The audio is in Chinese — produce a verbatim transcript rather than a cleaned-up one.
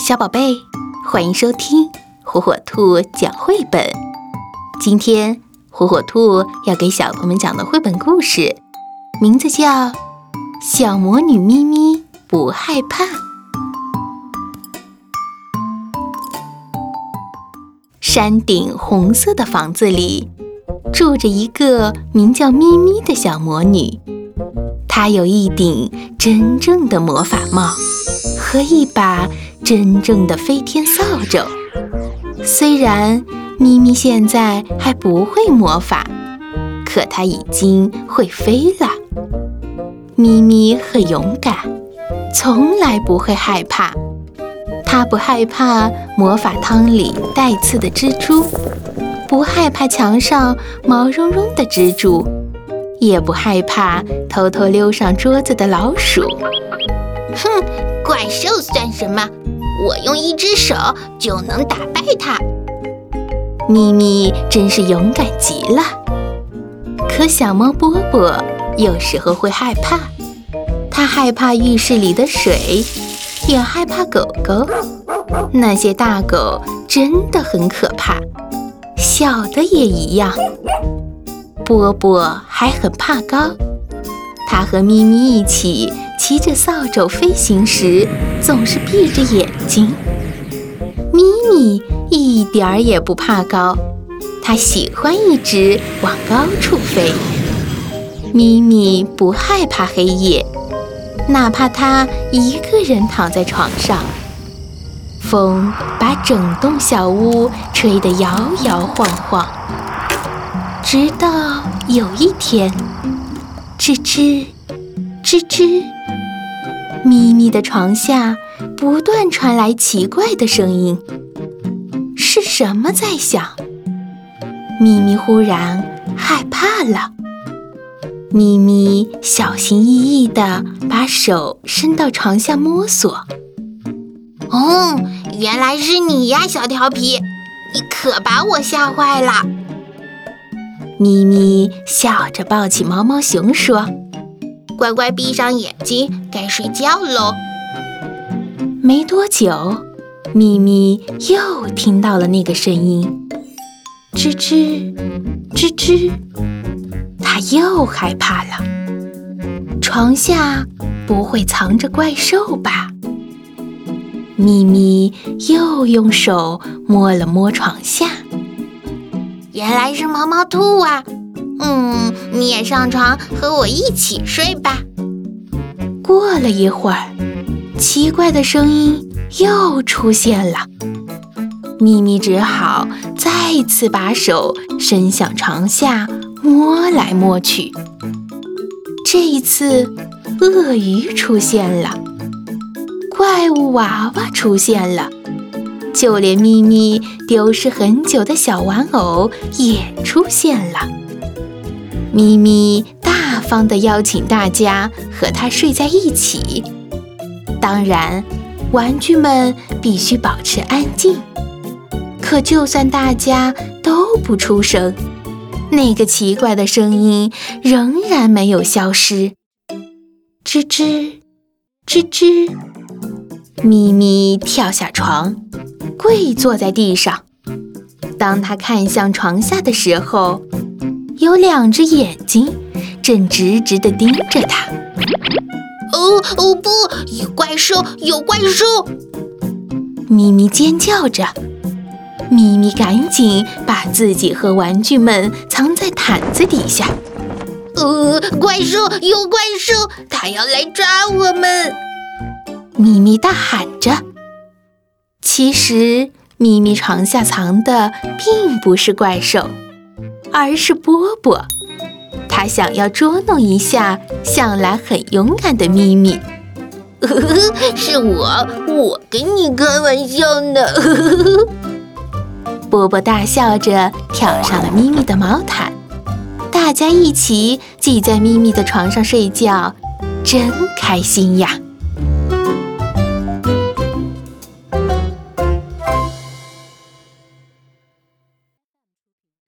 小宝贝，欢迎收听火火兔讲绘本。今天火火兔要给小朋友们讲的绘本故事，名字叫《小魔女咪咪不害怕》。山顶红色的房子里，住着一个名叫咪咪的小魔女。她有一顶真正的魔法帽和一把真正的飞天扫帚。虽然咪咪现在还不会魔法，可她已经会飞了。咪咪很勇敢，从来不会害怕。她不害怕魔法汤里带刺的蜘蛛，不害怕墙上毛茸茸的蜘蛛，也不害怕偷偷溜上桌子的老鼠。 哼，怪兽算什么？我用一只手就能打败它。 咪咪真是勇敢极了。可小猫波波有时候会害怕，它害怕浴室里的水，也害怕狗狗。那些大狗真的很可怕，小的也一样。波波还很怕高，他和咪咪一起骑着扫帚飞行时，总是闭着眼睛。咪咪一点儿也不怕高，他喜欢一直往高处飞。咪咪不害怕黑夜，哪怕他一个人躺在床上，风把整栋小屋吹得摇摇晃晃。直到有一天，吱吱吱吱，咪咪的床下不断传来奇怪的声音。是什么在响？咪咪忽然害怕了。咪咪小心翼翼地把手伸到床下摸索。 哦，原来是你呀，小调皮，你可把我吓坏了。 咪咪笑着抱起毛毛熊说： 乖乖闭上眼睛，该睡觉喽。 没多久，咪咪又听到了那个声音，吱吱吱吱，它又害怕了。床下不会藏着怪兽吧？咪咪又用手摸了摸床下， 原来是毛毛兔啊。嗯，你也上床和我一起睡吧。 过了一会儿，奇怪的声音又出现了。咪咪只好再次把手伸向床下摸来摸去。这一次，鳄鱼出现了，怪物娃娃出现了，就连咪咪丢失很久的小玩偶也出现了。咪咪大方地邀请大家和它睡在一起，当然，玩具们必须保持安静。可就算大家都不出声，那个奇怪的声音仍然没有消失。吱吱吱吱，咪咪跳下床，跪坐在地上。当他看向床下的时候，有两只眼睛正直直地盯着他。 哦哦不，有怪兽，有怪兽！ 咪咪尖叫着。咪咪赶紧把自己和玩具们藏在毯子底下。 呃，怪兽，有怪兽，它要来抓我们！ 咪咪大喊着。其实，咪咪床下藏的并不是怪兽，而是波波。他想要捉弄一下向来很勇敢的咪咪。 呵呵，是我，我跟你开玩笑呢。 波波大笑着跳上了咪咪的毛毯，大家一起挤在咪咪的床上睡觉，真开心呀！